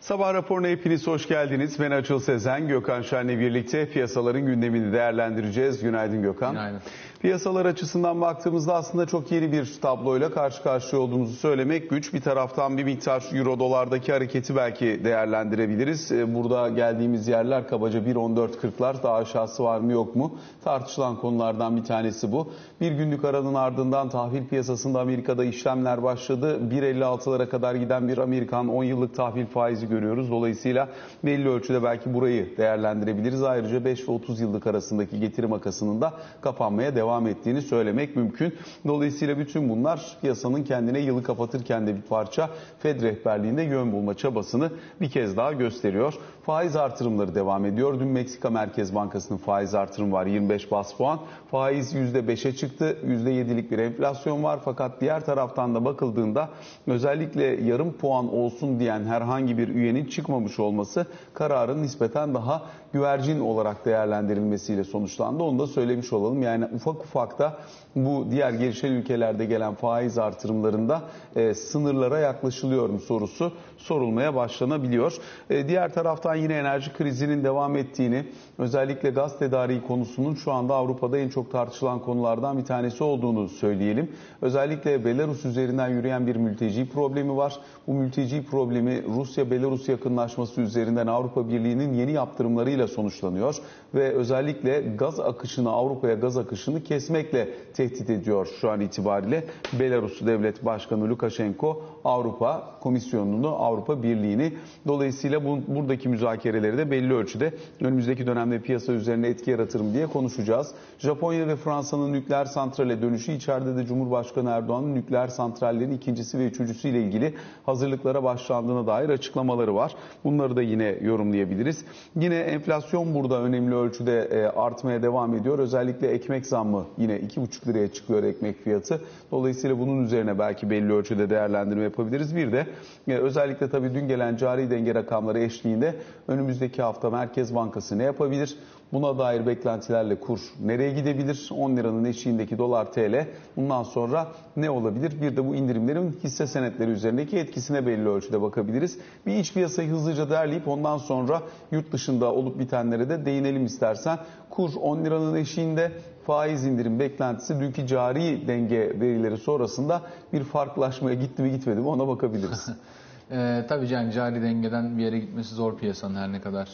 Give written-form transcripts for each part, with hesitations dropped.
Sabah raporuna hepiniz hoş geldiniz. Ben Açıl Sezen, Gökhan Şen'le birlikte piyasaların gündemini değerlendireceğiz. Günaydın Gökhan. Günaydın. Piyasalar açısından baktığımızda aslında çok yeni bir tabloyla karşı karşıya olduğumuzu söylemek güç. Bir taraftan bir miktar euro dolardaki hareketi belki değerlendirebiliriz. Burada geldiğimiz yerler kabaca 1.14.40'lar, daha aşağısı var mı yok mu? Tartışılan konulardan bir tanesi bu. Bir günlük aranın ardından tahvil piyasasında Amerika'da işlemler başladı. 1.56'lara kadar giden bir Amerikan 10 yıllık tahvil faizi görüyoruz. Dolayısıyla belli ölçüde belki burayı değerlendirebiliriz. Ayrıca 5 ve 30 yıllık arasındaki getiri makasının da kapanmaya devam ettiğini söylemek mümkün. Dolayısıyla bütün bunlar piyasanın kendine yılı kapatırken de bir parça Fed rehberliğinde yön bulma çabasını bir kez daha gösteriyor. Faiz artırımları devam ediyor. Dün Meksika Merkez Bankası'nın faiz artırımı var, 25 bas puan. Faiz %5'e çıktı. %7'lik bir enflasyon var. Fakat diğer taraftan da bakıldığında özellikle yarım puan olsun diyen herhangi bir üyenin çıkmamış olması kararın nispeten daha güvercin olarak değerlendirilmesiyle sonuçlandı. Onu da söylemiş olalım. Yani ufak ufak da bu diğer gelişen ülkelerde gelen faiz artırımlarında sınırlara yaklaşılıyor mu sorusu sorulmaya başlanabiliyor. Diğer taraftan yine enerji krizinin devam ettiğini, özellikle gaz tedariği konusunun şu anda Avrupa'da en çok tartışılan konulardan bir tanesi olduğunu söyleyelim. Özellikle Belarus üzerinden yürüyen bir mülteci problemi var. Bu mülteci problemi Rusya-Belarus yakınlaşması üzerinden Avrupa Birliği'nin yeni yaptırımlarıyla sonuçlanıyor ve özellikle gaz akışını, Avrupa'ya gaz akışını kesmekle tehdit ediyor şu an itibariyle Belarus Devlet Başkanı Lukashenko Avrupa Komisyonu'nu, Avrupa Birliği'ni. Dolayısıyla buradaki müzakereleri de belli ölçüde önümüzdeki dönemde piyasa üzerine etki yaratır mı diye konuşacağız. Japonya ve Fransa'nın nükleer santrale dönüşü, içeride de Cumhurbaşkanı Erdoğan'ın nükleer santrallerin ikincisi ve üçüncüsüyle ilgili hazırlıklara başlandığına dair açıklamaları var. Bunları da yine yorumlayabiliriz. Yine enflasyon burada önemli ölçüde artmaya devam ediyor. Özellikle ekmek zammı yine 2,5 liraya çıkıyor ekmek fiyatı. Dolayısıyla bunun üzerine belki belli ölçüde değerlendirme yapabiliriz. Bir de özellikle tabii dün gelen cari denge rakamları eşliğinde önümüzdeki hafta Merkez Bankası ne yapabilir? Buna dair beklentilerle kur nereye gidebilir? 10 liranın eşiğindeki dolar TL bundan sonra ne olabilir? Bir de bu indirimlerin hisse senetleri üzerindeki etkisine belli ölçüde bakabiliriz. Bir iç piyasayı hızlıca derleyip ondan sonra yurt dışında olup bitenlere de değinelim istersen. Kur 10 liranın eşiğinde, faiz indirim beklentisi dünkü cari denge verileri sonrasında bir farklılaşmaya gitti mi gitmedi mi ona bakabiliriz. Tabii yani cari dengeden bir yere gitmesi zor piyasanın her ne kadar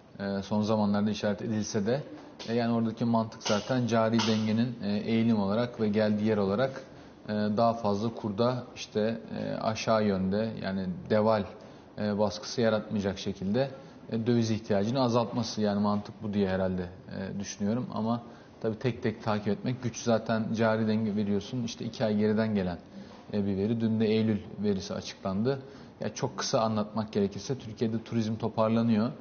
son zamanlarda işaret edilse de yani oradaki mantık zaten cari dengenin eğilim olarak ve geldiği yer olarak daha fazla kurda işte aşağı yönde yani deval baskısı yaratmayacak şekilde döviz ihtiyacını azaltması, yani mantık bu diye herhalde düşünüyorum. Ama tabii tek tek takip etmek güç. Zaten cari denge veriyorsun işte 2 ay geriden gelen bir veri. Dün de Eylül verisi açıklandı. Ya çok kısa anlatmak gerekirse Türkiye'de turizm toparlanıyor.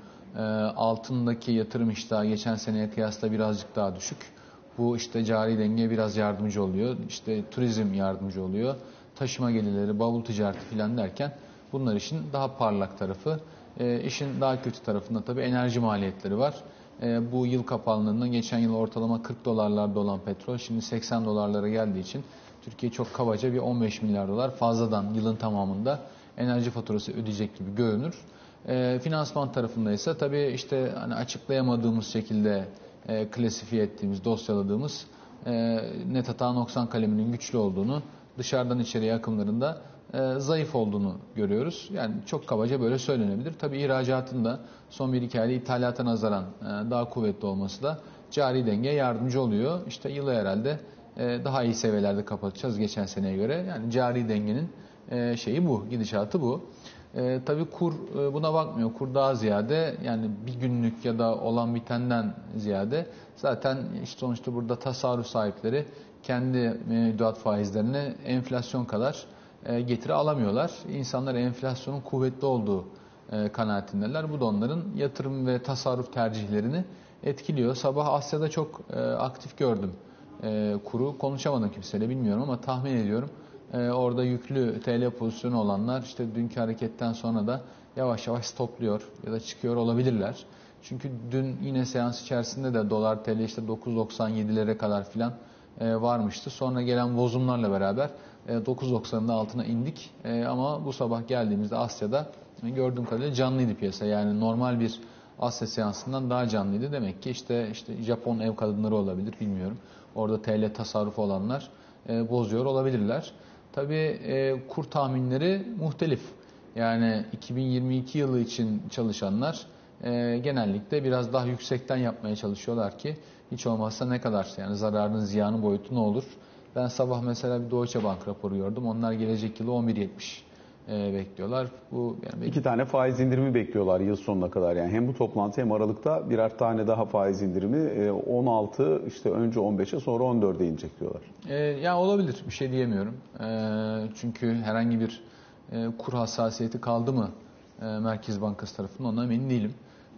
Altındaki yatırım iştahı geçen seneye kıyasla birazcık daha düşük. Bu işte cari denge biraz yardımcı oluyor. İşte turizm yardımcı oluyor. Taşıma gelirleri, bavul ticareti filan derken bunlar işin daha parlak tarafı. İşin daha kötü tarafında tabii enerji maliyetleri var. Bu yıl kapanlarından geçen yıl ortalama 40 dolarlarda olan petrol şimdi 80 dolarlara geldiği için Türkiye çok kabaca bir 15 milyar dolar fazladan yılın tamamında enerji faturası ödeyecek gibi görünür. Finansman tarafında ise tabii işte hani açıklayamadığımız şekilde klasifiye ettiğimiz, dosyaladığımız net hata noksan kaleminin güçlü olduğunu, dışarıdan içeriye akımlarında zayıf olduğunu görüyoruz. Yani çok kabaca böyle söylenebilir. Tabii ihracatın da son 1-2 ayda ithalata nazaran daha kuvvetli olması da cari dengeye yardımcı oluyor. İşte yılı herhalde daha iyi seviyelerde kapatacağız geçen seneye göre. Yani cari dengenin şeyi bu, gidişatı bu. Tabii kur buna bakmıyor. Kur daha ziyade yani bir günlük ya da olan bitenden ziyade zaten işte sonuçta burada tasarruf sahipleri kendi mevduat faizlerine enflasyon kadar getiri alamıyorlar. İnsanlar enflasyonun kuvvetli olduğu kanaatindeler. Bu da onların yatırım ve tasarruf tercihlerini etkiliyor. Sabah Asya'da çok aktif gördüm kuru. Konuşamadım kimseyle, bilmiyorum ama tahmin ediyorum. Orada yüklü TL pozisyonu olanlar işte dünkü hareketten sonra da yavaş yavaş stopluyor ya da çıkıyor olabilirler. Çünkü dün yine seans içerisinde de dolar TL işte 9.97'lere kadar filan varmıştı. Sonra gelen bozumlarla beraber 9.90'ın altına indik. Ama bu sabah geldiğimizde Asya'da gördüğüm kadarıyla canlıydı piyasa. Yani normal bir Asya seansından daha canlıydı. Demek ki işte Japon ev kadınları olabilir, bilmiyorum. Orada TL tasarrufu olanlar bozuyor olabilirler. Tabii kur tahminleri muhtelif. Yani 2022 yılı için çalışanlar genellikle biraz daha yüksekten yapmaya çalışıyorlar ki hiç olmazsa ne kadar, yani zararın ziyanın boyutu ne olur? Ben sabah mesela bir Deutsche Bank raporu gördüm. Onlar gelecek yılı 11.70 bekliyorlar. Bu yani 2 tane faiz indirimi bekliyorlar yıl sonuna kadar. Yani hem bu toplantı hem Aralık'ta birer tane daha faiz indirimi, 16, işte önce 15'e sonra 14'e inecek diyorlar. Ya olabilir, bir şey diyemiyorum. Çünkü herhangi bir kur hassasiyeti kaldı mı Merkez Bankası tarafından, ondan emin değilim.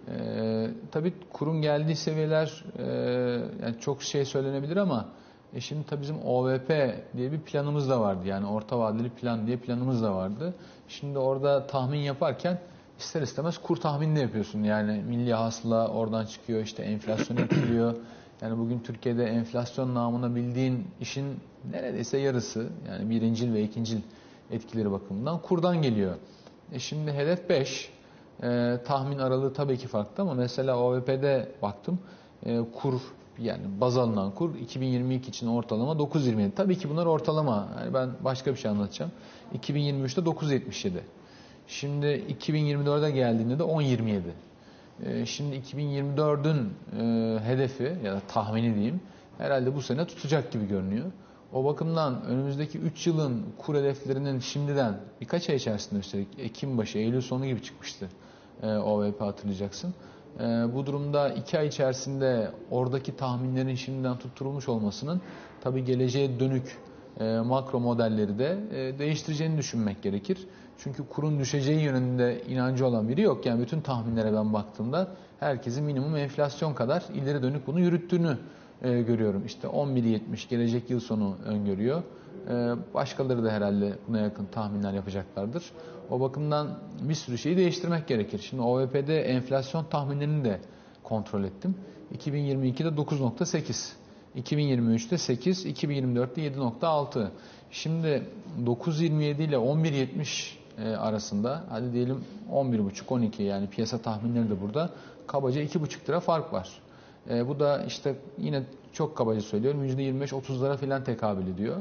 Tabii kurun geldiği seviyeler, yani çok şey söylenebilir ama şimdi tabii bizim OVP diye bir planımız da vardı. Yani orta vadeli plan diye planımız da vardı. Şimdi orada tahmin yaparken ister istemez kur tahmini de yapıyorsun. Yani milli hasıla oradan çıkıyor, işte enflasyon etkiliyor. Yani bugün Türkiye'de enflasyon namına bildiğin işin neredeyse yarısı, yani birincil ve ikincil etkileri bakımından kurdan geliyor. Şimdi hedef 5. Tahmin aralığı tabii ki farklı ama mesela OVP'de baktım, kur, yani baz alınan kur 2022 için ortalama 9.27. Tabii ki bunlar ortalama. Yani ben başka bir şey anlatacağım. 2023'te 9.77. Şimdi 2024'e geldiğinde de 10.27. Şimdi 2024'ün hedefi ya da tahmini diyeyim, herhalde bu sene tutacak gibi görünüyor. O bakımdan önümüzdeki 3 yılın kur hedeflerinin şimdiden birkaç ay içerisinde, üstelik Ekim başı, Eylül sonu gibi çıkmıştı OVP, hatırlayacaksın. Bu durumda 2 ay içerisinde oradaki tahminlerin şimdiden tutturulmuş olmasının tabii geleceğe dönük makro modelleri de değiştireceğini düşünmek gerekir. Çünkü kurun düşeceği yönünde inancı olan biri yok. Yani bütün tahminlere ben baktığımda herkesin minimum enflasyon kadar ileri dönük bunu yürüttüğünü görüyorum. İşte 11.70 gelecek yıl sonu öngörüyor. Başkaları da herhalde buna yakın tahminler yapacaklardır. O bakımdan bir sürü şeyi değiştirmek gerekir. Şimdi OVP'de enflasyon tahminlerini de kontrol ettim. 2022'de 9.8, 2023'te 8, 2024'te 7.6. Şimdi 9.27 ile 11.70 arasında, hadi diyelim 11.5-12, yani piyasa tahminleri de burada kabaca 2,5 lira fark var. Bu da işte yine çok kabaca söylüyorum, %25-30'lara falan tekabül ediyor.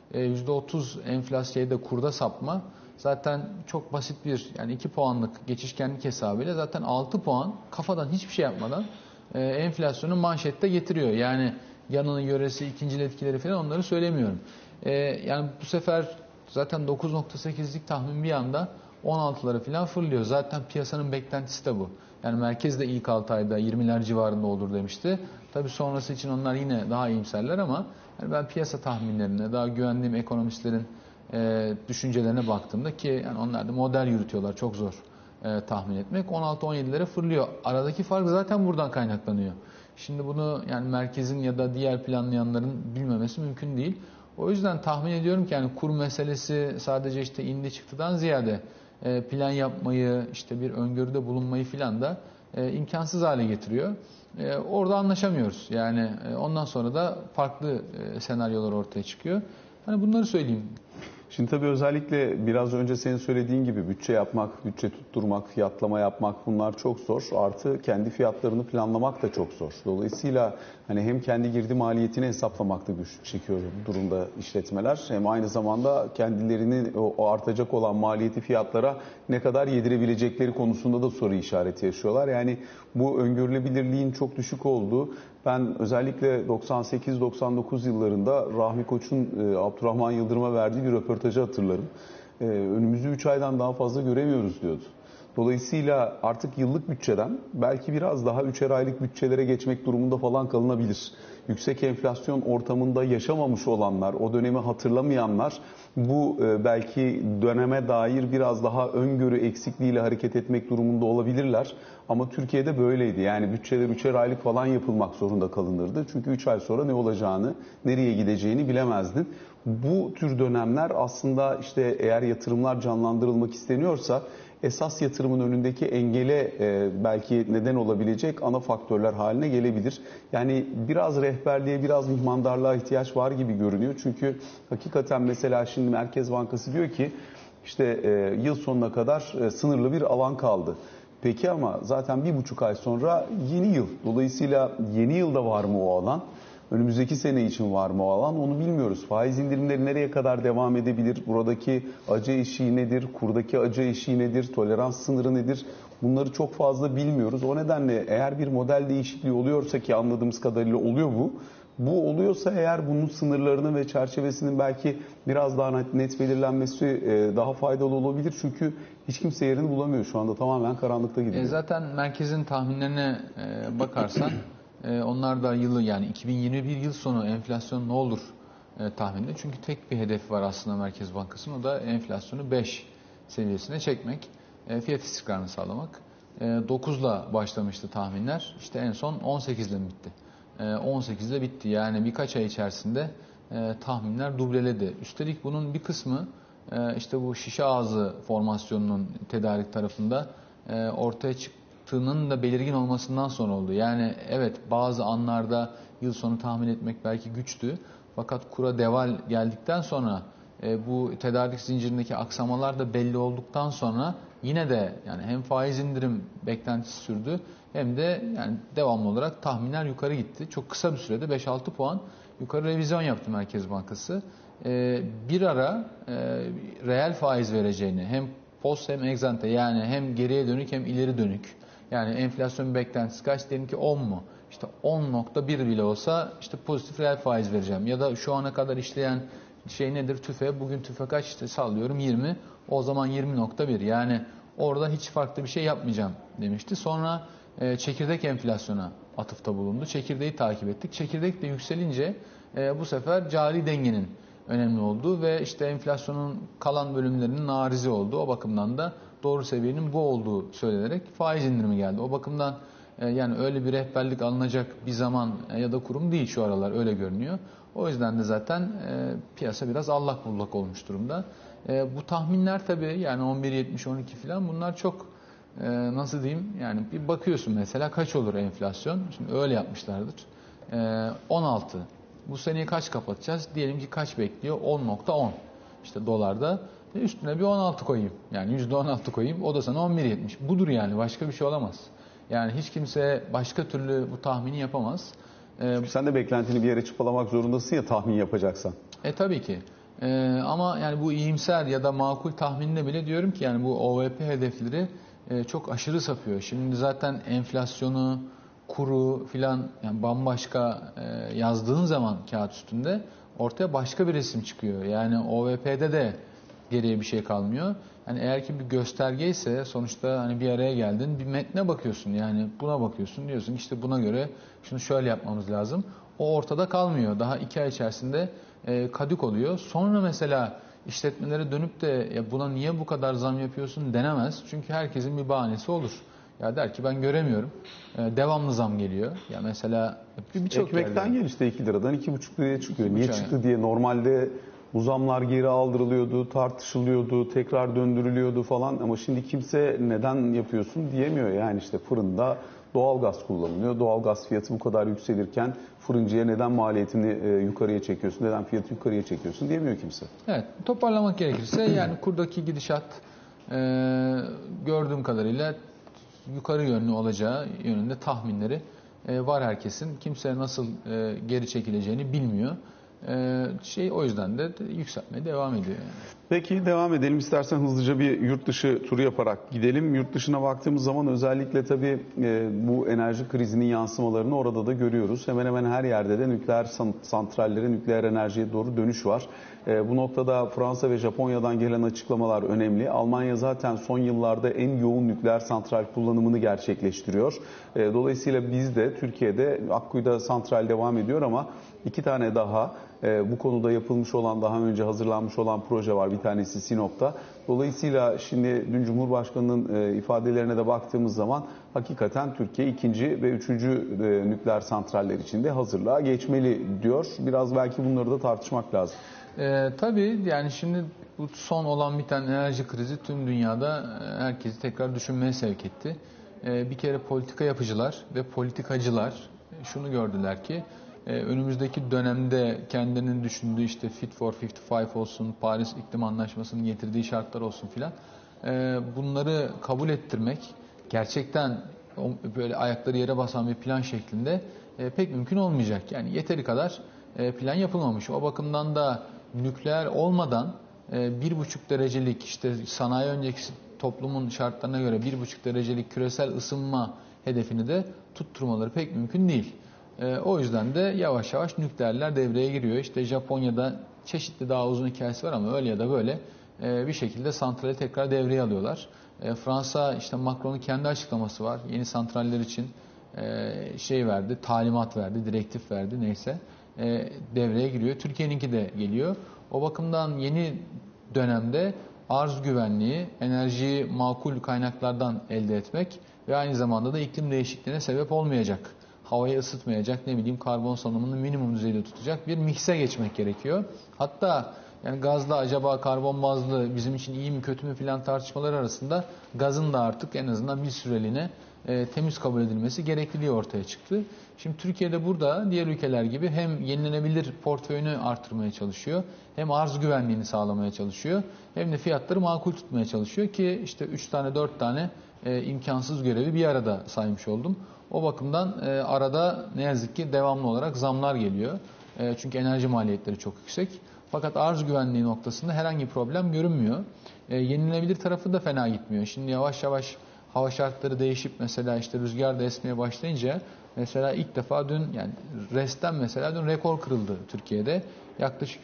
%30 enflasyonda kurda sapma zaten çok basit bir, yani 2 puanlık geçişkenlik hesabıyla zaten 6 puan kafadan hiçbir şey yapmadan enflasyonu manşette getiriyor. Yani yanının yöresi, ikincil etkileri falan, onları söylemiyorum. Yani bu sefer zaten 9.8'lik tahmin bir anda 16'lara falan fırlıyor. Zaten piyasanın beklentisi de bu. Yani merkez de ilk 6 ayda 20'ler civarında olur demişti. Tabii sonrası için onlar yine daha iyimserler ama yani ben piyasa tahminlerine, daha güvendiğim ekonomistlerin düşüncelerine baktığımda, ki yani onlar da model yürütüyorlar, çok zor tahmin etmek, 16-17'lere fırlıyor. Aradaki fark zaten buradan kaynaklanıyor. Şimdi bunu yani merkezin ya da diğer planlayanların bilmemesi mümkün değil. O yüzden tahmin ediyorum ki yani kur meselesi sadece işte indi çıktıdan ziyade plan yapmayı, işte bir öngörüde bulunmayı filan da imkansız hale getiriyor. Orada anlaşamıyoruz. Yani ondan sonra da farklı senaryolar ortaya çıkıyor. Hani bunları söyleyeyim. Şimdi tabii özellikle biraz önce senin söylediğin gibi bütçe yapmak, bütçe tutturmak, fiyatlama yapmak, bunlar çok zor. Artı kendi fiyatlarını planlamak da çok zor. Dolayısıyla hani hem kendi girdi maliyetini hesaplamakta güçlük çekiyor bu durumda işletmeler, hem aynı zamanda kendilerini o artacak olan maliyeti fiyatlara ne kadar yedirebilecekleri konusunda da soru işareti yaşıyorlar. Yani bu öngörülebilirliğin çok düşük olduğu, ben özellikle 98-99 yıllarında Rahmi Koç'un Abdurrahman Yıldırım'a verdiği bir röportajı hatırlarım. Önümüzü 3 aydan daha fazla göremiyoruz diyordu. Dolayısıyla artık yıllık bütçeden belki biraz daha 3'er aylık bütçelere geçmek durumunda falan kalınabilir. Yüksek enflasyon ortamında yaşamamış olanlar, o dönemi hatırlamayanlar bu belki döneme dair biraz daha öngörü eksikliğiyle hareket etmek durumunda olabilirler. Ama Türkiye'de böyleydi. Yani bütçeler 3'er aylık falan yapılmak zorunda kalınırdı. Çünkü 3 ay sonra ne olacağını, nereye gideceğini bilemezdin. Bu tür dönemler aslında işte eğer yatırımlar canlandırılmak isteniyorsa esas yatırımın önündeki engele belki neden olabilecek ana faktörler haline gelebilir. Yani biraz rehberliğe, biraz mihmandarlığa ihtiyaç var gibi görünüyor. Çünkü hakikaten mesela şimdi Merkez Bankası diyor ki İşte yıl sonuna kadar sınırlı bir alan kaldı. Peki ama zaten 1,5 ay sonra yeni yıl. Dolayısıyla yeni yılda var mı o alan? Önümüzdeki sene için var mı o alan? Onu bilmiyoruz. Faiz indirimleri nereye kadar devam edebilir? Buradaki acı eşiği nedir? Kurdaki acı eşiği nedir? Tolerans sınırı nedir? Bunları çok fazla bilmiyoruz. O nedenle eğer bir model değişikliği oluyorsa, ki anladığımız kadarıyla oluyor bu. Bu oluyorsa eğer bunun sınırlarını ve çerçevesinin belki biraz daha net belirlenmesi daha faydalı olabilir. Çünkü hiç kimse yerini bulamıyor. Şu anda tamamen karanlıkta gidiyor. Zaten merkezin tahminlerine bakarsan onlar da yılı, yani 2021 yıl sonu enflasyon ne olur tahminde. Çünkü tek bir hedefi var aslında Merkez Bankası'nın, o da enflasyonu 5 seviyesine çekmek, fiyat istikrarını sağlamak. 9'la başlamıştı tahminler, işte en son 18'le mi bitti? 18'de bitti, yani birkaç ay içerisinde tahminler dubleledi. Üstelik bunun bir kısmı işte bu şişe ağzı formasyonunun tedarik tarafında ortaya çıktığının da belirgin olmasından sonra oldu. Yani evet, bazı anlarda yıl sonu tahmin etmek belki güçtü. Fakat kura deval geldikten sonra bu tedarik zincirindeki aksamalar da belli olduktan sonra yine de yani hem faiz indirim beklentisi sürdü, hem de yani devamlı olarak tahminler yukarı gitti. Çok kısa bir sürede 5-6 puan yukarı revizyon yaptı Merkez Bankası. Bir ara reel faiz vereceğini, hem post hem egzante, yani hem geriye dönük hem ileri dönük. Yani enflasyon beklentisi kaç, diyelim ki 10 mu? İşte 10.1 bile olsa işte pozitif reel faiz vereceğim. Ya da şu ana kadar işleyen şey nedir? TÜFE. Bugün TÜFE kaç? İşte sallıyorum 20. O zaman 20.1. Yani orada hiç farklı bir şey yapmayacağım demişti. Sonra çekirdek enflasyona atıfta bulundu. Çekirdeği takip ettik. Çekirdek de yükselince bu sefer cari dengenin önemli olduğu ve işte enflasyonun kalan bölümlerinin narizi olduğu, o bakımdan da doğru seviyenin bu olduğu söylenerek faiz indirimi geldi. O bakımdan yani öyle bir rehberlik alınacak bir zaman ya da kurum değil şu aralar, öyle görünüyor. O yüzden de zaten piyasa biraz allak bullak olmuş durumda. Bu tahminler tabii, yani 11.70-12 falan, bunlar çok nasıl diyeyim, yani bir bakıyorsun mesela kaç olur enflasyon? Şimdi öyle yapmışlardır. 16. Bu seneyi kaç kapatacağız? Diyelim ki kaç bekliyor? 10.10. İşte dolarda. Üstüne bir 16 koyayım. Yani %16 koyayım. O da sana 11.70. Budur yani. Başka bir şey olamaz. Yani hiç kimse başka türlü bu tahmini yapamaz. Çünkü sen de beklentini bir yere çıpalamak zorundasın ya, tahmin yapacaksan. Tabii ki. Ama yani bu iyimser ya da makul tahminle bile diyorum ki yani bu OVP hedefleri çok aşırı sapıyor. Şimdi zaten enflasyonu, kuru filan, yani bambaşka yazdığın zaman kağıt üstünde ortaya başka bir resim çıkıyor. Yani OVP'de de geriye bir şey kalmıyor. Yani eğer ki bir gösterge ise sonuçta hani bir araya geldin, bir metne bakıyorsun, yani buna bakıyorsun, diyorsun ki işte buna göre şunu şöyle yapmamız lazım. O ortada kalmıyor. Daha 2 ay içerisinde kadük oluyor. Sonra mesela işletmelere dönüp de ya buna niye bu kadar zam yapıyorsun denemez. Çünkü herkesin bir bahanesi olur. Ya der ki ben göremiyorum. Devamlı zam geliyor. Ya mesela birçok Ekmekten gel işte 2 liradan 2,5 liraya çıkıyor. Niye 2,5 çıktı diye normalde bu zamlar geri aldırılıyordu, tartışılıyordu, tekrar döndürülüyordu falan, ama şimdi kimse neden yapıyorsun diyemiyor. Yani işte fırında doğalgaz kullanılıyor. Doğalgaz fiyatı bu kadar yükselirken fırıncıya neden maliyetini yukarıya çekiyorsun, neden fiyatı yukarıya çekiyorsun diyemiyor kimse. Evet, toparlamak gerekirse yani kurdaki gidişat gördüğüm kadarıyla yukarı yönlü olacağı yönünde tahminleri var herkesin. Kimse nasıl geri çekileceğini bilmiyor. O yüzden de yükselmeye devam ediyor yani. Peki devam edelim. İstersen hızlıca bir yurt dışı turu yaparak gidelim. Yurt dışına baktığımız zaman özellikle tabii bu enerji krizinin yansımalarını orada da görüyoruz. Hemen hemen her yerde de nükleer santrallere, nükleer enerjiye doğru dönüş var. Bu noktada Fransa ve Japonya'dan gelen açıklamalar önemli. Almanya zaten son yıllarda en yoğun nükleer santral kullanımını gerçekleştiriyor. Dolayısıyla biz de Türkiye'de Akkuyu'da santral devam ediyor ama 2 tane daha bu konuda yapılmış olan, daha önce hazırlanmış olan proje var. Bir tanesi Sinop'ta. Dolayısıyla şimdi dün Cumhurbaşkanı'nın ifadelerine de baktığımız zaman hakikaten Türkiye 2. ve 3. nükleer santraller için de hazırlığa geçmeli diyor. Biraz belki bunları da tartışmak lazım. Tabii yani şimdi bu son olan biten enerji krizi tüm dünyada herkesi tekrar düşünmeye sevk etti. Bir kere politika yapıcılar ve politikacılar şunu gördüler ki önümüzdeki dönemde kendilerinin düşündüğü işte Fit for 55 olsun, Paris İklim Anlaşması'nın getirdiği şartlar olsun filan, bunları kabul ettirmek gerçekten böyle ayakları yere basan bir plan şeklinde pek mümkün olmayacak. Yani yeteri kadar plan yapılmamış. O bakımdan da nükleer olmadan 1,5 derecelik işte sanayi önceki toplumun şartlarına göre 1,5 derecelik küresel ısınma hedefini de tutturmaları pek mümkün değil. O yüzden de yavaş yavaş nükleerler devreye giriyor. İşte Japonya'da çeşitli daha uzun hikayesi var ama öyle ya da böyle bir şekilde santrali tekrar devreye alıyorlar. Fransa işte Macron'un kendi açıklaması var. Yeni santraller için şey verdi, talimat verdi, direktif verdi neyse. Devreye giriyor. Türkiye'ninki de geliyor. O bakımdan yeni dönemde arz güvenliği, enerjiyi makul kaynaklardan elde etmek ve aynı zamanda da iklim değişikliğine sebep olmayacak, havayı ısıtmayacak, ne bileyim karbon salımını minimum düzeyde tutacak bir mikse geçmek gerekiyor. Hatta yani gazla acaba karbon bazlı bizim için iyi mi kötü mü filan tartışmalar arasında gazın da artık en azından bir süreliğine temiz kabul edilmesi gerekliliği ortaya çıktı. Şimdi Türkiye'de burada diğer ülkeler gibi hem yenilenebilir portföyünü artırmaya çalışıyor, hem arz güvenliğini sağlamaya çalışıyor, hem de fiyatları makul tutmaya çalışıyor ki işte 3 tane 4 tane imkansız görevi bir arada saymış oldum. O bakımdan arada ne yazık ki devamlı olarak zamlar geliyor. Çünkü enerji maliyetleri çok yüksek. Fakat arz güvenliği noktasında herhangi bir problem görünmüyor. Yenilenebilir tarafı da fena gitmiyor. Şimdi yavaş yavaş hava şartları değişip mesela işte rüzgar da esmeye başlayınca mesela ilk defa dün yani RES'ten mesela dün rekor kırıldı Türkiye'de. Yaklaşık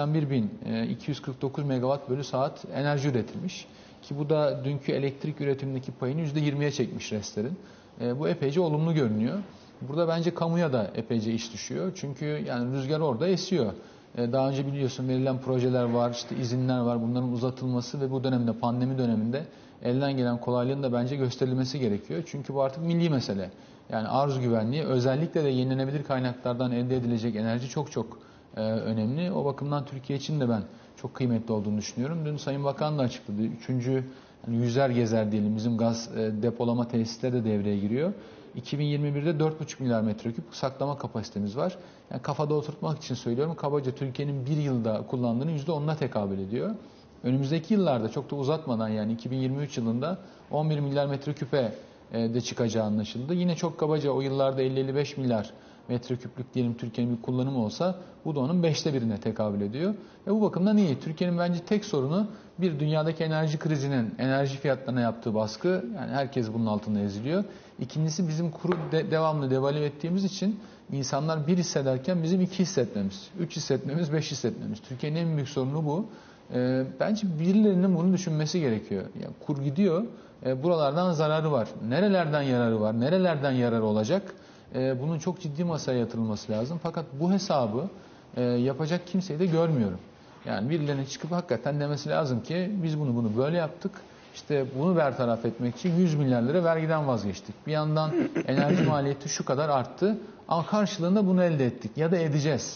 181.249 megawatt bölü saat enerji üretilmiş. Ki bu da dünkü elektrik üretimindeki payını %20'ye çekmiş RES'lerin. Bu epeyce olumlu görünüyor. Burada bence kamuya da epeyce iş düşüyor. Çünkü yani rüzgar orada esiyor. Daha önce biliyorsun verilen projeler var, işte izinler var. Bunların uzatılması ve bu dönemde, pandemi döneminde elden gelen kolaylığın da bence gösterilmesi gerekiyor. Çünkü bu artık milli mesele. Yani arz güvenliği, özellikle de yenilenebilir kaynaklardan elde edilecek enerji çok çok önemli. O bakımdan Türkiye için de ben çok kıymetli olduğunu düşünüyorum. Dün Sayın Bakan da açıkladı. Üçüncü yani yüzer gezer diyelim bizim gaz depolama tesisleri de devreye giriyor. 2021'de 4,5 milyar metreküp saklama kapasitemiz var. Yani kafada oturtmak için söylüyorum. Kabaca Türkiye'nin bir yılda kullandığının %10'una tekabül ediyor. Önümüzdeki yıllarda çok da uzatmadan yani 2023 yılında 11 milyar metreküpe de çıkacağı anlaşıldı. Yine çok kabaca o yıllarda 50-55 milyar metreküplük diyelim Türkiye'nin bir kullanımı olsa bu da onun 5'te birine tekabül ediyor. Bu bakımdan iyi. Türkiye'nin bence tek sorunu bir dünyadaki enerji krizinin enerji fiyatlarına yaptığı baskı. Yani herkes bunun altında eziliyor. İkincisi bizim kuru devamlı devalüe ettiğimiz için insanlar bir hissederken bizim 2 hissetmemiz, 3 hissetmemiz, 5 hissetmemiz. Türkiye'nin en büyük sorunu bu. Bence birilerinin bunu düşünmesi gerekiyor. Yani kur gidiyor, buralardan zararı var. Nerelerden yararı var, nerelerden yararı olacak? Bunun çok ciddi masaya yatırılması lazım. Fakat bu hesabı yapacak kimseyi de görmüyorum. Yani birilerinin çıkıp hakikaten demesi lazım ki biz bunu böyle yaptık. İşte bunu bertaraf etmek için 100 milyar lira vergiden vazgeçtik. Bir yandan enerji maliyeti şu kadar arttı ama karşılığında bunu elde ettik ya da edeceğiz.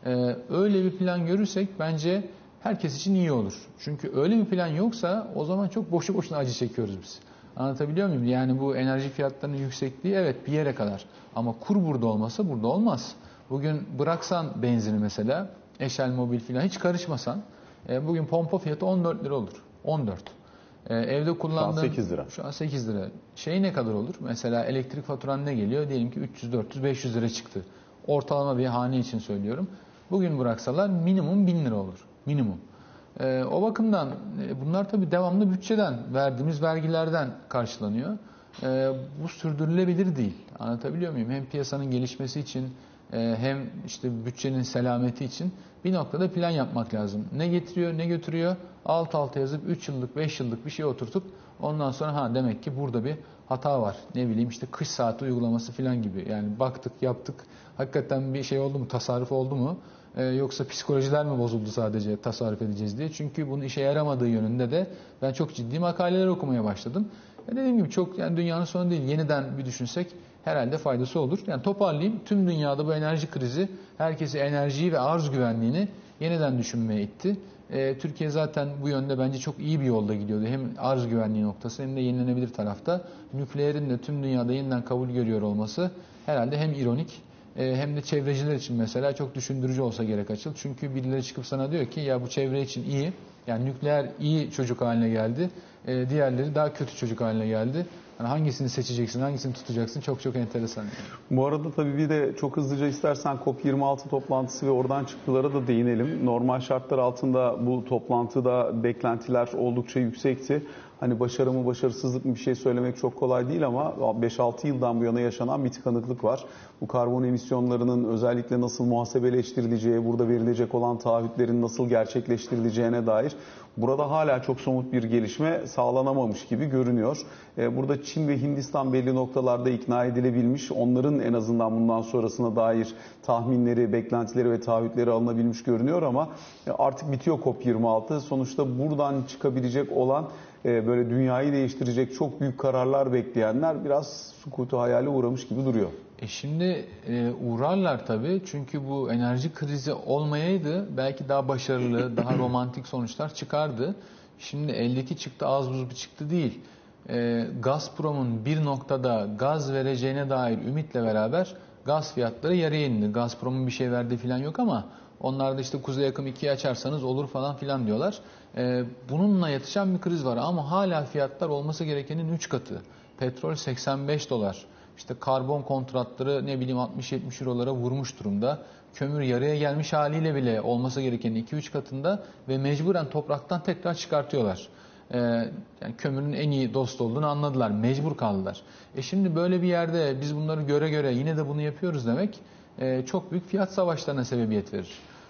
Öyle bir plan görürsek bence herkes için iyi olur. Çünkü öyle bir plan yoksa o zaman çok boşu boşuna acı çekiyoruz biz. Anlatabiliyor muyum? Yani bu enerji fiyatlarının yüksekliği evet bir yere kadar. Ama kur burada olmasa burada olmaz. Bugün bıraksan benzini mesela, Eşel Mobil filan hiç karışmasan bugün pompa fiyatı 14 lira olur. 14. Evde kullandığın... Şu an 8 lira. Şu an 8 lira. Şey ne kadar olur? Mesela elektrik faturan ne geliyor? Diyelim ki 300, 400, 500 lira çıktı. Ortalama bir hane için söylüyorum. Bugün bıraksalar minimum 1000 lira olur. Minimum. O bakımdan bunlar tabii devamlı bütçeden, verdiğimiz vergilerden karşılanıyor. Bu sürdürülebilir değil. Anlatabiliyor muyum? Hem piyasanın gelişmesi için hem işte bütçenin selameti için bir noktada plan yapmak lazım. Ne getiriyor, ne götürüyor? Alt alta yazıp 3 yıllık, 5 yıllık bir şey oturtup ondan sonra demek ki burada bir hata var. Ne bileyim işte kış saati uygulaması falan gibi. Yani baktık, yaptık. Hakikaten bir şey oldu mu, tasarruf oldu mu? Yoksa psikolojiler mi bozuldu sadece tasarruf edeceğiz diye. Çünkü bunun işe yaramadığı yönünde de ben çok ciddi makaleler okumaya başladım. Dediğim gibi çok yani dünyanın sonu değil. Yeniden bir düşünsek herhalde faydası olur. Yani toparlayayım. Tüm dünyada bu enerji krizi herkesi enerjiyi ve arz güvenliğini yeniden düşünmeye itti. Türkiye zaten bu yönde bence çok iyi bir yolda gidiyordu. Hem arz güvenliği noktası hem de yenilenebilir tarafta. Nükleerin de tüm dünyada yeniden kabul görüyor olması herhalde hem ironik hem de çevreciler için mesela çok düşündürücü olsa gerek Açıl. Çünkü birileri çıkıp sana diyor ki ya bu çevre için iyi. Yani nükleer iyi çocuk haline geldi. Diğerleri daha kötü çocuk haline geldi. Yani hangisini seçeceksin, hangisini tutacaksın çok çok enteresan. Yani. Bu arada tabii bir de çok hızlıca istersen COP26 toplantısı ve oradan çıktılara da değinelim. Normal şartlar altında bu toplantıda beklentiler oldukça yüksekti. Hani başarı mı başarısızlık mı bir şey söylemek çok kolay değil ama 5-6 yıldan bu yana yaşanan bir tıkanıklık var. Bu karbon emisyonlarının özellikle nasıl muhasebeleştirileceği, burada verilecek olan taahhütlerin nasıl gerçekleştirileceğine dair burada hala çok somut bir gelişme sağlanamamış gibi görünüyor. Burada Çin ve Hindistan belli noktalarda ikna edilebilmiş. Onların en azından bundan sonrasına dair tahminleri, beklentileri ve taahhütleri alınabilmiş görünüyor ama artık bitiyor COP26. Sonuçta buradan çıkabilecek olan böyle dünyayı değiştirecek çok büyük kararlar bekleyenler biraz sukutu hayale uğramış gibi duruyor. Şimdi uğrarlar tabii çünkü bu enerji krizi olmayaydı belki daha başarılı, daha romantik sonuçlar çıkardı. Şimdi eldeki çıktı az buz bir çıktı değil. Gazprom'un bir noktada gaz vereceğine dair ümitle beraber gaz fiyatları yarıya indi. Gazprom'un bir şey verdiği falan yok ama onlar da işte Kuzey Akım 2'yi açarsanız olur falan filan diyorlar. Bununla yatışan bir kriz var ama hala fiyatlar olması gerekenin 3 katı. Petrol 85 dolar. İşte karbon kontratları ne bileyim 60-70 eurolara vurmuş durumda. Kömür yarıya gelmiş haliyle bile olması gerekenin 2-3 katında ve mecburen topraktan tekrar çıkartıyorlar. Yani kömürün en iyi dost olduğunu anladılar. Mecbur kaldılar. Şimdi böyle bir yerde biz bunları göre göre yine de bunu yapıyoruz demek çok büyük fiyat savaşlarına sebebiyet verir.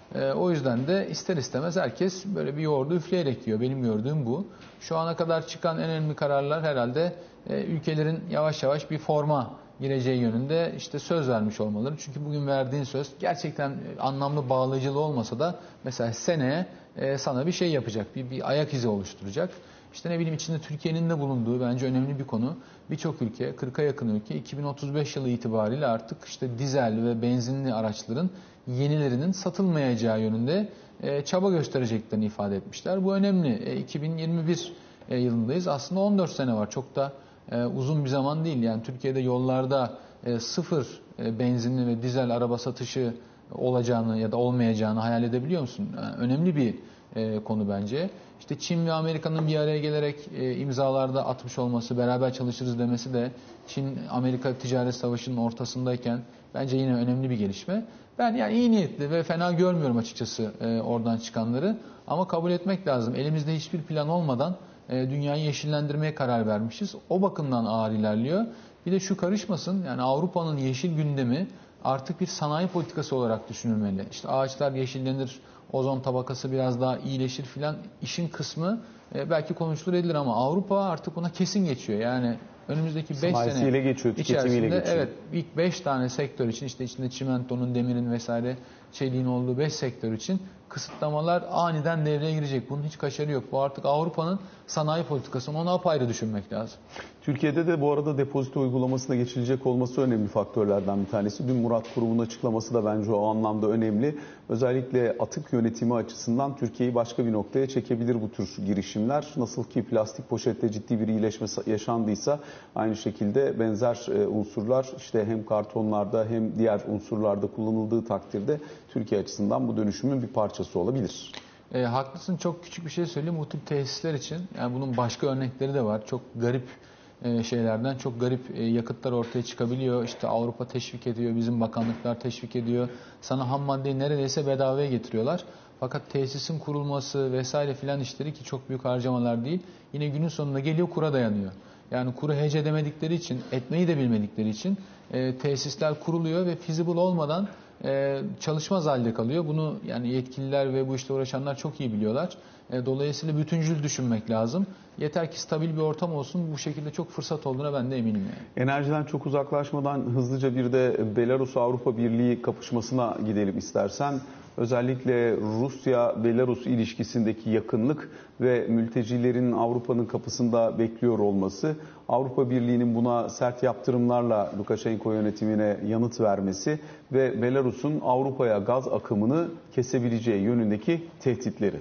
O yüzden de ister istemez herkes böyle bir yoğurdu üfleyerek yiyor. Benim gördüğüm bu. Şu ana kadar çıkan en önemli kararlar herhalde ülkelerin yavaş yavaş bir forma gireceği yönünde işte söz vermiş olmaları. Çünkü bugün verdiğin söz gerçekten anlamlı bağlayıcılığı olmasa da mesela seneye sana bir şey yapacak, bir ayak izi oluşturacak. İşte ne bileyim içinde Türkiye'nin de bulunduğu bence önemli bir konu. Birçok ülke, 40'a yakın ülke 2035 yılı itibariyle artık işte dizel ve benzinli araçların yenilerinin satılmayacağı yönünde çaba göstereceklerini ifade etmişler. Bu önemli. 2021 yılındayız. Aslında 14 sene var. Çok da uzun bir zaman değil. Yani Türkiye'de yollarda sıfır benzinli ve dizel araba satışı olacağını ya da olmayacağını hayal edebiliyor musun? Önemli bir konu bence. İşte Çin ve Amerika'nın bir araya gelerek imzalarda atmış olması, beraber çalışırız demesi de Çin-Amerika ticaret savaşının ortasındayken bence yine önemli bir gelişme. Ben yani iyi niyetli ve fena görmüyorum açıkçası oradan çıkanları. Ama kabul etmek lazım. Elimizde hiçbir plan olmadan dünyayı yeşillendirmeye karar vermişiz. O bakımdan ağır ilerliyor. Bir de şu karışmasın, yani Avrupa'nın yeşil gündemi artık bir sanayi politikası olarak düşünülmeli. İşte ağaçlar yeşillenir, ozon tabakası biraz daha iyileşir filan. İşin kısmı belki konuşulur edilir ama Avrupa artık buna kesin geçiyor. Yani önümüzdeki 5 sene geçiyor, içerisinde geçiyor. Evet, ilk 5 tane sektör için işte içinde çimentonun, demirin vesaire çeliğin olduğu 5 sektör için kısıtlamalar aniden devreye girecek. Bunun hiç kaçarı yok. Bu artık Avrupa'nın sanayi politikası. Onu apayrı düşünmek lazım. Türkiye'de de bu arada depozito uygulamasına geçilecek olması önemli faktörlerden bir tanesi. Dün Murat Kurum'un açıklaması da bence o anlamda önemli. Özellikle atık yönetimi açısından Türkiye'yi başka bir noktaya çekebilir bu tür girişimler. Nasıl ki plastik poşette ciddi bir iyileşme yaşandıysa aynı şekilde benzer unsurlar işte hem kartonlarda hem diğer unsurlarda kullanıldığı takdirde Türkiye açısından bu dönüşümün bir parçası olabilir. Haklısın, çok küçük bir şey söyleyeyim. Bu tip tesisler için yani bunun başka örnekleri de var. Çok garip şeylerden çok garip yakıtlar ortaya çıkabiliyor. İşte Avrupa teşvik ediyor, bizim bakanlıklar teşvik ediyor. Sana ham maddeyi neredeyse bedavaya getiriyorlar. Fakat tesisin kurulması vesaire filan işleri ki çok büyük harcamalar değil. Yine günün sonunda geliyor kura dayanıyor. Yani kuru hece demedikleri için, etmeyi de bilmedikleri için tesisler kuruluyor ve feasible olmadan çalışmaz halde kalıyor. Bunu yani yetkililer ve bu işle uğraşanlar çok iyi biliyorlar. Dolayısıyla bütüncül düşünmek lazım. Yeter ki stabil bir ortam olsun. Bu şekilde çok fırsat olduğuna ben de eminim yani. Enerjiden çok uzaklaşmadan hızlıca bir de Belarus-Avrupa Birliği kapışmasına gidelim istersen. Özellikle Rusya-Belarus ilişkisindeki yakınlık ve mültecilerin Avrupa'nın kapısında bekliyor olması, Avrupa Birliği'nin buna sert yaptırımlarla Lukashenko yönetimine yanıt vermesi ve Belarus'un Avrupa'ya gaz akımını kesebileceği yönündeki tehditleri.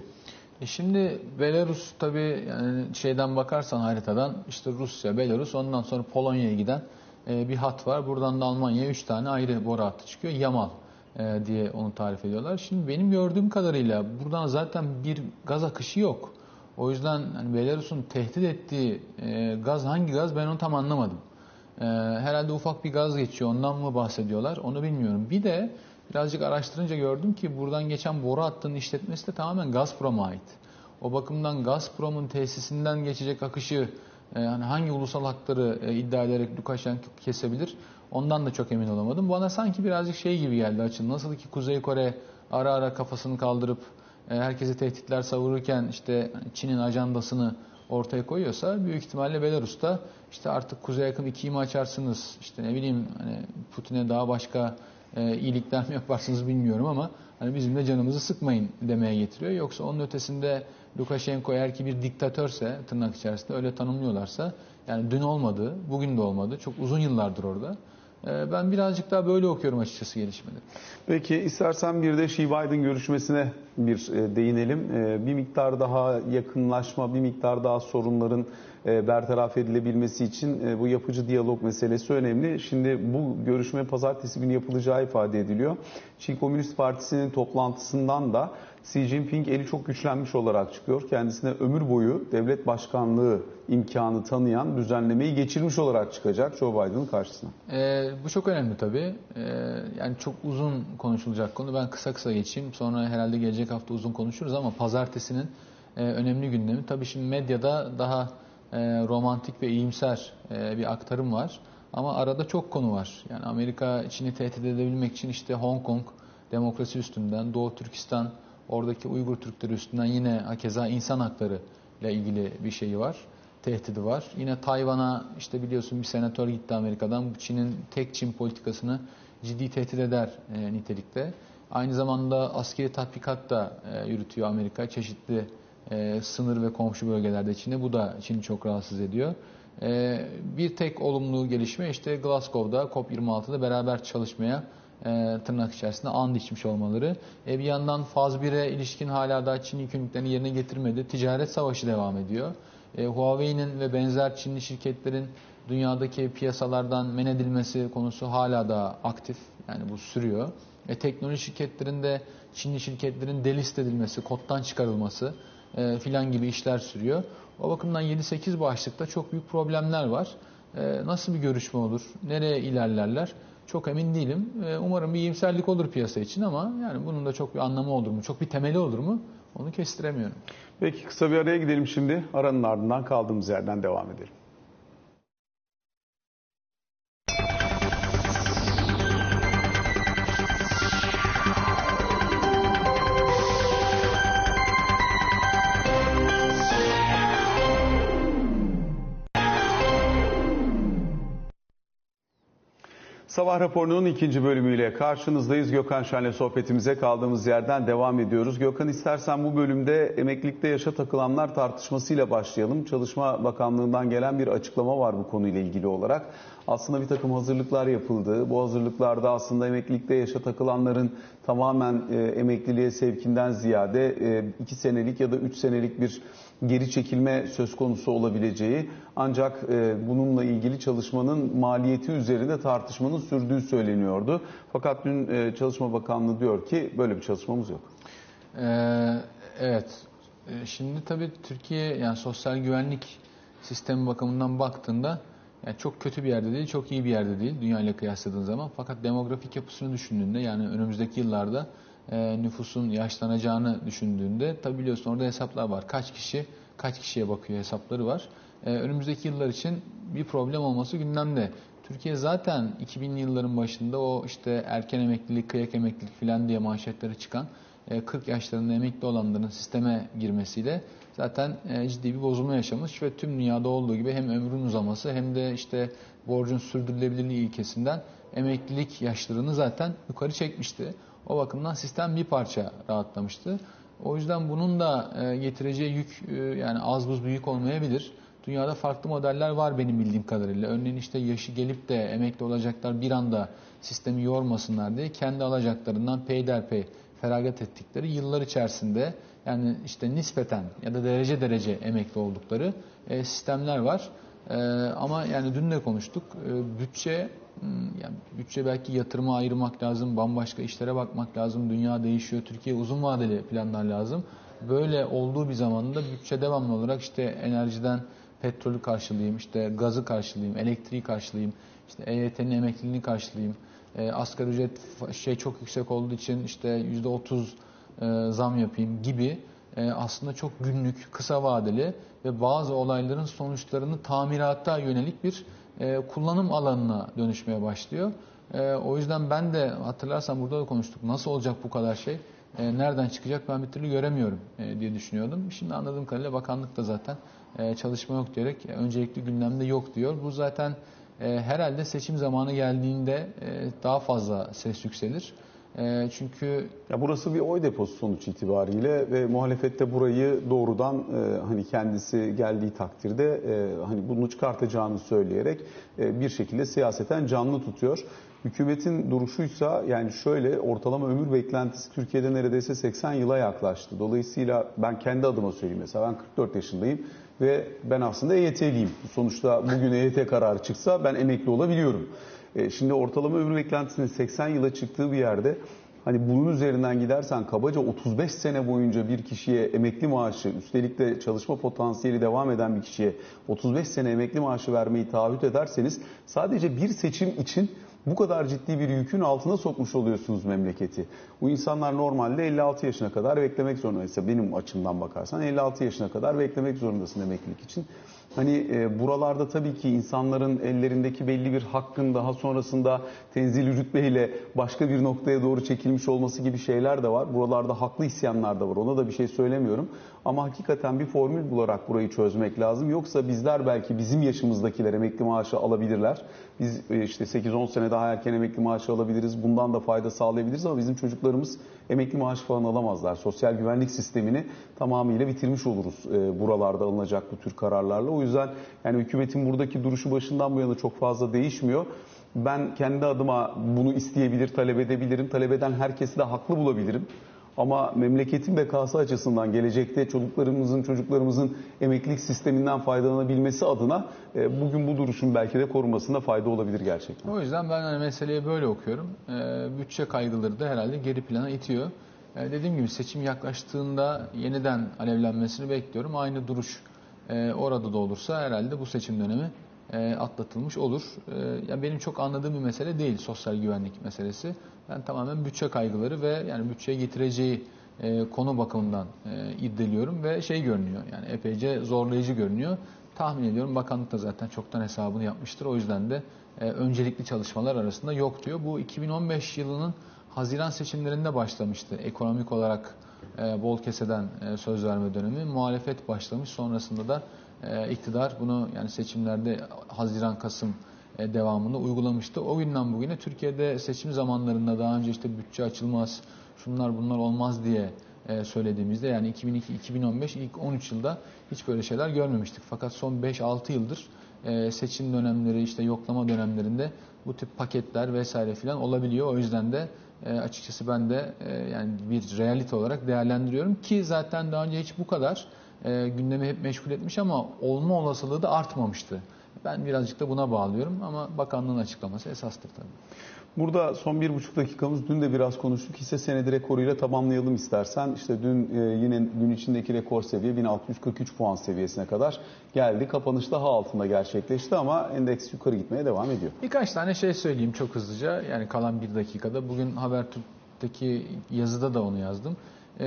Şimdi Belarus tabii yani şeyden bakarsan haritadan işte Rusya, Belarus ondan sonra Polonya'ya giden bir hat var. Buradan da Almanya'ya 3 tane ayrı boru hattı çıkıyor. Yamal diye onu tarif ediyorlar. Şimdi benim gördüğüm kadarıyla buradan zaten bir gaz akışı yok. O yüzden hani Belarus'un tehdit ettiği gaz hangi gaz ben onu tam anlamadım. Herhalde ufak bir gaz geçiyor, ondan mı bahsediyorlar onu bilmiyorum. Bir de birazcık araştırınca gördüm ki buradan geçen boru hattının işletmesi de tamamen Gazprom'a ait. O bakımdan Gazprom'un tesisinden geçecek akışı hani hangi ulusal hakları iddia ederek Lukashenko kesebilir ondan da çok emin olamadım. Bana sanki birazcık şey gibi geldi açın. Nasıl ki Kuzey Kore ara ara kafasını kaldırıp herkese tehditler savururken işte Çin'in ajandasını ortaya koyuyorsa büyük ihtimalle Belarus'ta işte artık Kuzey Yakın 2'yi mi açarsınız işte ne bileyim hani Putin'e daha başka iyilikler mi yaparsınız bilmiyorum ama hani bizim de canımızı sıkmayın demeye getiriyor. Yoksa onun ötesinde Lukashenko eğer ki bir diktatörse tırnak içerisinde öyle tanımlıyorlarsa yani dün olmadı, bugün de olmadı. Çok uzun yıllardır orada. Ben birazcık daha böyle okuyorum açıkçası gelişmeleri. Peki istersen bir de Xi Biden görüşmesine bir değinelim. Bir miktar daha yakınlaşma, bir miktar daha sorunların bertaraf edilebilmesi için bu yapıcı diyalog meselesi önemli. Şimdi bu görüşme pazartesi günü yapılacağı ifade ediliyor. Çin Komünist Partisi'nin toplantısından da Xi Jinping eli çok güçlenmiş olarak çıkıyor. Kendisine ömür boyu devlet başkanlığı imkanı tanıyan düzenlemeyi geçirmiş olarak çıkacak Joe Biden'ın karşısına. Bu çok önemli tabii. Yani çok uzun konuşulacak konu. Ben kısa kısa geçeyim. Sonra herhalde gelecek hafta uzun konuşuruz ama pazartesinin önemli gündemi. Tabii şimdi medyada daha romantik ve iyimser bir aktarım var. Ama arada çok konu var. Yani Amerika Çin'i tehdit edebilmek için işte Hong Kong demokrasi üstünden, Doğu Türkistan oradaki Uygur Türkleri üstünden yine hakeza insan hakları ile ilgili bir şeyi var. Tehdidi var. Yine Tayvan'a işte biliyorsun bir senatör gitti Amerika'dan. Çin'in tek Çin politikasını ciddi tehdit eder nitelikte. Aynı zamanda askeri tatbikat da yürütüyor Amerika. Çeşitli sınır ve komşu bölgelerde Çin'e. Bu da Çin'i çok rahatsız ediyor. Bir tek olumlu gelişme işte Glasgow'da COP26'da beraber çalışmaya tırnak içerisinde and içmiş olmaları. Bir yandan faz 1'e ilişkin hala da Çin yükümlülüklerini yerine getirmedi. Ticaret savaşı devam ediyor. Huawei'nin ve benzer Çinli şirketlerin dünyadaki piyasalardan men edilmesi konusu hala da aktif. Yani bu sürüyor. Teknoloji şirketlerinde Çinli şirketlerin delist edilmesi, koddan çıkarılması filan gibi işler sürüyor. O bakımdan 7-8 başlıkta çok büyük problemler var. Nasıl bir görüşme olur? Nereye ilerlerler? Çok emin değilim. Umarım bir iyimserlik olur piyasa için ama yani bunun da çok bir anlamı olur mu? Çok bir temeli olur mu? Onu kestiremiyorum. Peki kısa bir araya gidelim şimdi. Aranın ardından kaldığımız yerden devam edelim. Sabah raporunun ikinci bölümüyle karşınızdayız. Gökhan Şen'le sohbetimize kaldığımız yerden devam ediyoruz. Gökhan istersen bu bölümde emeklilikte yaşa takılanlar tartışmasıyla başlayalım. Çalışma Bakanlığı'ndan gelen bir açıklama var bu konuyla ilgili olarak. Aslında bir takım hazırlıklar yapıldı. Bu hazırlıklarda aslında emeklilikte yaşa takılanların tamamen emekliliğe sevkinden ziyade 2 senelik ya da 3 senelik bir geri çekilme söz konusu olabileceği ancak bununla ilgili çalışmanın maliyeti üzerinde tartışmanın sürdüğü söyleniyordu. Fakat dün Çalışma Bakanlığı diyor ki böyle bir çalışmamız yok. Evet. Şimdi tabii Türkiye yani sosyal güvenlik sistemi bakımından baktığında yani çok kötü bir yerde değil, çok iyi bir yerde değil dünya ile kıyasladığın zaman. Fakat demografik yapısını düşündüğünde yani önümüzdeki yıllarda nüfusun yaşlanacağını düşündüğünde tabi biliyorsun orada hesaplar var. Kaç kişi kaç kişiye bakıyor hesapları var. Önümüzdeki yıllar için bir problem olması gündemde. Türkiye zaten 2000'li yılların başında o işte erken emeklilik, kıyak emeklilik filan diye manşetlere çıkan 40 yaşlarında emekli olanların sisteme girmesiyle zaten ciddi bir bozulma yaşamış ve tüm dünyada olduğu gibi hem ömrün uzaması hem de işte borcun sürdürülebilirliği ilkesinden emeklilik yaşlarını zaten yukarı çekmişti. O bakımdan sistem bir parça rahatlamıştı. O yüzden bunun da getireceği yük yani az buz bir yük olmayabilir. Dünyada farklı modeller var benim bildiğim kadarıyla. Örneğin işte yaşı gelip de emekli olacaklar bir anda sistemi yormasınlar diye kendi alacaklarından peyderpey feragat ettikleri yıllar içerisinde yani işte nispeten ya da derece derece emekli oldukları sistemler var. Ama yani dün de konuştuk. Yani bütçe belki yatırıma ayırmak lazım, bambaşka işlere bakmak lazım. Dünya değişiyor, Türkiye uzun vadeli planlar lazım. Böyle olduğu bir zamanda bütçe devamlı olarak işte enerjiden petrolü karşılayayım, işte gazı karşılayayım, elektriği karşılayayım, işte EYT'nin emekliliğini karşılayayım. Asgari ücret çok yüksek olduğu için işte %30 zam yapayım gibi aslında çok günlük, kısa vadeli ve bazı olayların sonuçlarını tamirata yönelik bir kullanım alanına dönüşmeye başlıyor. O yüzden ben de hatırlarsan burada da konuştuk. Nasıl olacak bu kadar şey? Nereden çıkacak ben bir türlü göremiyorum diye düşünüyordum. Şimdi anladığım kadarıyla bakanlık da zaten çalışma yok diyerek öncelikli gündemde yok diyor. Bu zaten herhalde seçim zamanı geldiğinde daha fazla ses yükselir. Çünkü ya burası bir oy deposu sonuç itibariyle ve muhalefette burayı doğrudan hani kendisi geldiği takdirde hani bunu çıkartacağını söyleyerek bir şekilde siyaseten canlı tutuyor. Hükümetin duruşuysa yani şöyle ortalama ömür beklentisi Türkiye'de neredeyse 80 yıla yaklaştı. Dolayısıyla ben kendi adıma söyleyeyim mesela ben 44 yaşındayım ve ben aslında EYT'liyim. Sonuçta bugün EYT kararı çıksa ben emekli olabiliyorum. Şimdi ortalama ömür beklentisinin 80 yıla çıktığı bir yerde hani bunun üzerinden gidersen kabaca 35 sene boyunca bir kişiye emekli maaşı, üstelik de çalışma potansiyeli devam eden bir kişiye 35 sene emekli maaşı vermeyi taahhüt ederseniz sadece bir seçim için bu kadar ciddi bir yükün altına sokmuş oluyorsunuz memleketi. Bu insanlar normalde 56 yaşına kadar beklemek zorundaysa benim açımdan bakarsan 56 yaşına kadar beklemek zorundasın emeklilik için. Hani buralarda tabii ki insanların ellerindeki belli bir hakkın daha sonrasında tenzil rütbeyle başka bir noktaya doğru çekilmiş olması gibi şeyler de var. Buralarda haklı isyanlar da var. Ona da bir şey söylemiyorum. Ama hakikaten bir formül bularak burayı çözmek lazım. Yoksa bizler belki bizim yaşımızdakiler emekli maaşı alabilirler. Biz işte 8-10 sene daha erken emekli maaşı alabiliriz. Bundan da fayda sağlayabiliriz ama bizim çocuklarımız emekli maaşı falan alamazlar. Sosyal güvenlik sistemini tamamıyla bitirmiş oluruz buralarda alınacak bu tür kararlarla. O yüzden yani hükümetin buradaki duruşu başından bu yana çok fazla değişmiyor. Ben kendi adıma bunu isteyebilir, talep edebilirim. Talep eden herkesi de haklı bulabilirim. Ama memleketin bekası açısından gelecekte çocuklarımızın emeklilik sisteminden faydalanabilmesi adına bugün bu duruşun belki de korunmasında fayda olabilir gerçekten. o yüzden ben hani meseleyi böyle okuyorum. Bütçe kaygıları da herhalde geri plana itiyor. Dediğim gibi seçim yaklaştığında yeniden alevlenmesini bekliyorum. Aynı duruş orada da olursa herhalde bu seçim dönemi atlatılmış olur. Yani benim çok anladığım bir mesele değil sosyal güvenlik meselesi. Ben tamamen bütçe kaygıları ve yani bütçeye getireceği konu bakımından irdeliyorum ve görünüyor. Yani epeyce zorlayıcı görünüyor. Tahmin ediyorum bakanlık da zaten çoktan hesabını yapmıştır. O yüzden de öncelikli çalışmalar arasında yok diyor. Bu 2015 yılının Haziran seçimlerinde başlamıştı. Ekonomik olarak bol keseden söz verme dönemi. Muhalefet başlamış. Sonrasında da iktidar bunu yani seçimlerde Haziran-Kasım devamında uygulamıştı. O günden bugüne Türkiye'de seçim zamanlarında daha önce işte bütçe açılmaz, şunlar bunlar olmaz diye söylediğimizde yani 2002-2015 ilk 13 yılda hiç böyle şeyler görmemiştik. Fakat son 5-6 yıldır seçim dönemleri işte yoklama dönemlerinde bu tip paketler vesaire filan olabiliyor. O yüzden de açıkçası ben de yani bir realite olarak değerlendiriyorum ki zaten daha önce hiç bu kadar gündemi hep meşgul etmiş ama olma olasılığı da artmamıştı. Ben birazcık da buna bağlıyorum ama bakanlığın açıklaması esastır tabii. Burada son 1,5 dakikamız dün de biraz konuştuk. Hisse senedi rekoruyla tamamlayalım istersen. İşte dün yine gün içindeki rekor seviye 1643 puan seviyesine kadar geldi. Kapanış daha altında gerçekleşti ama endeks yukarı gitmeye devam ediyor. Birkaç tane söyleyeyim çok hızlıca. Yani kalan bir dakikada. Bugün Habertürk'teki yazıda da onu yazdım.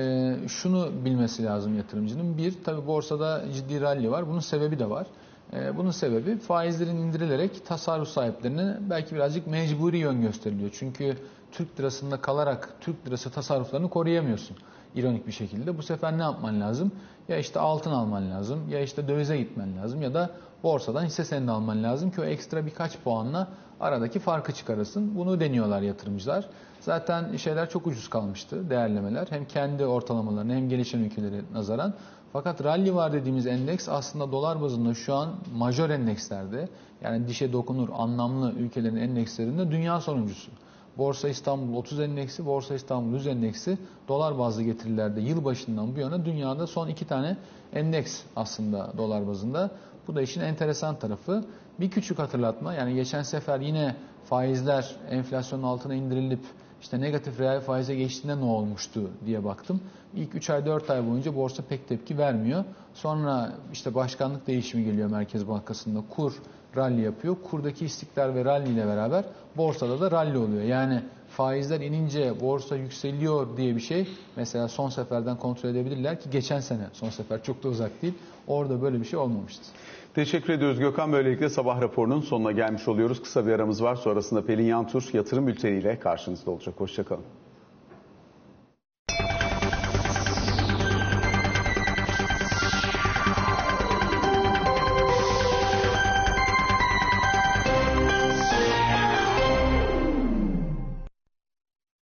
Şunu bilmesi lazım yatırımcının. Bir, tabii borsada ciddi rally var. Bunun sebebi de var. Bunun sebebi faizlerin indirilerek tasarruf sahiplerine belki birazcık mecburi yön gösteriliyor. Çünkü Türk lirasında kalarak Türk lirası tasarruflarını koruyamıyorsun. İronik bir şekilde. Bu sefer ne yapman lazım? Ya işte altın alman lazım, ya işte dövize gitmen lazım ya da borsadan hisse senedi alman lazım ki o ekstra birkaç puanla aradaki farkı çıkarırsın. Bunu deniyorlar yatırımcılar. Zaten şeyler çok ucuz kalmıştı, değerlemeler. Hem kendi ortalamalarına hem gelişen ülkelere nazaran. Fakat rally var dediğimiz endeks aslında dolar bazında şu an majör endekslerde yani dişe dokunur anlamlı ülkelerin endekslerinde dünya sonuncusu. Borsa İstanbul 30 endeksi, Borsa İstanbul 100 endeksi dolar bazlı getirilerde yılbaşından bu yana dünyada son 2 tane endeks aslında dolar bazında. Bu da işin enteresan tarafı. Bir küçük hatırlatma, yani geçen sefer yine faizler enflasyonun altına indirilip işte negatif reel faize geçtiğinde ne olmuştu diye baktım. İlk 3 ay 4 ay boyunca borsa pek tepki vermiyor. Sonra işte başkanlık değişimi geliyor Merkez Bankası'nda, kur rally yapıyor. Kurdaki istikrar ve rally ile beraber borsada da rally oluyor. Yani faizler inince borsa yükseliyor diye bir şey mesela son seferden kontrol edebilirler ki geçen sene son sefer çok da uzak değil. Orada böyle bir şey olmamıştı. Teşekkür ediyoruz Gökhan. Böylelikle sabah raporunun sonuna gelmiş oluyoruz. Kısa bir aramız var. Sonrasında Pelin Yantur yatırım bülteniyle karşınızda olacak. Hoşçakalın.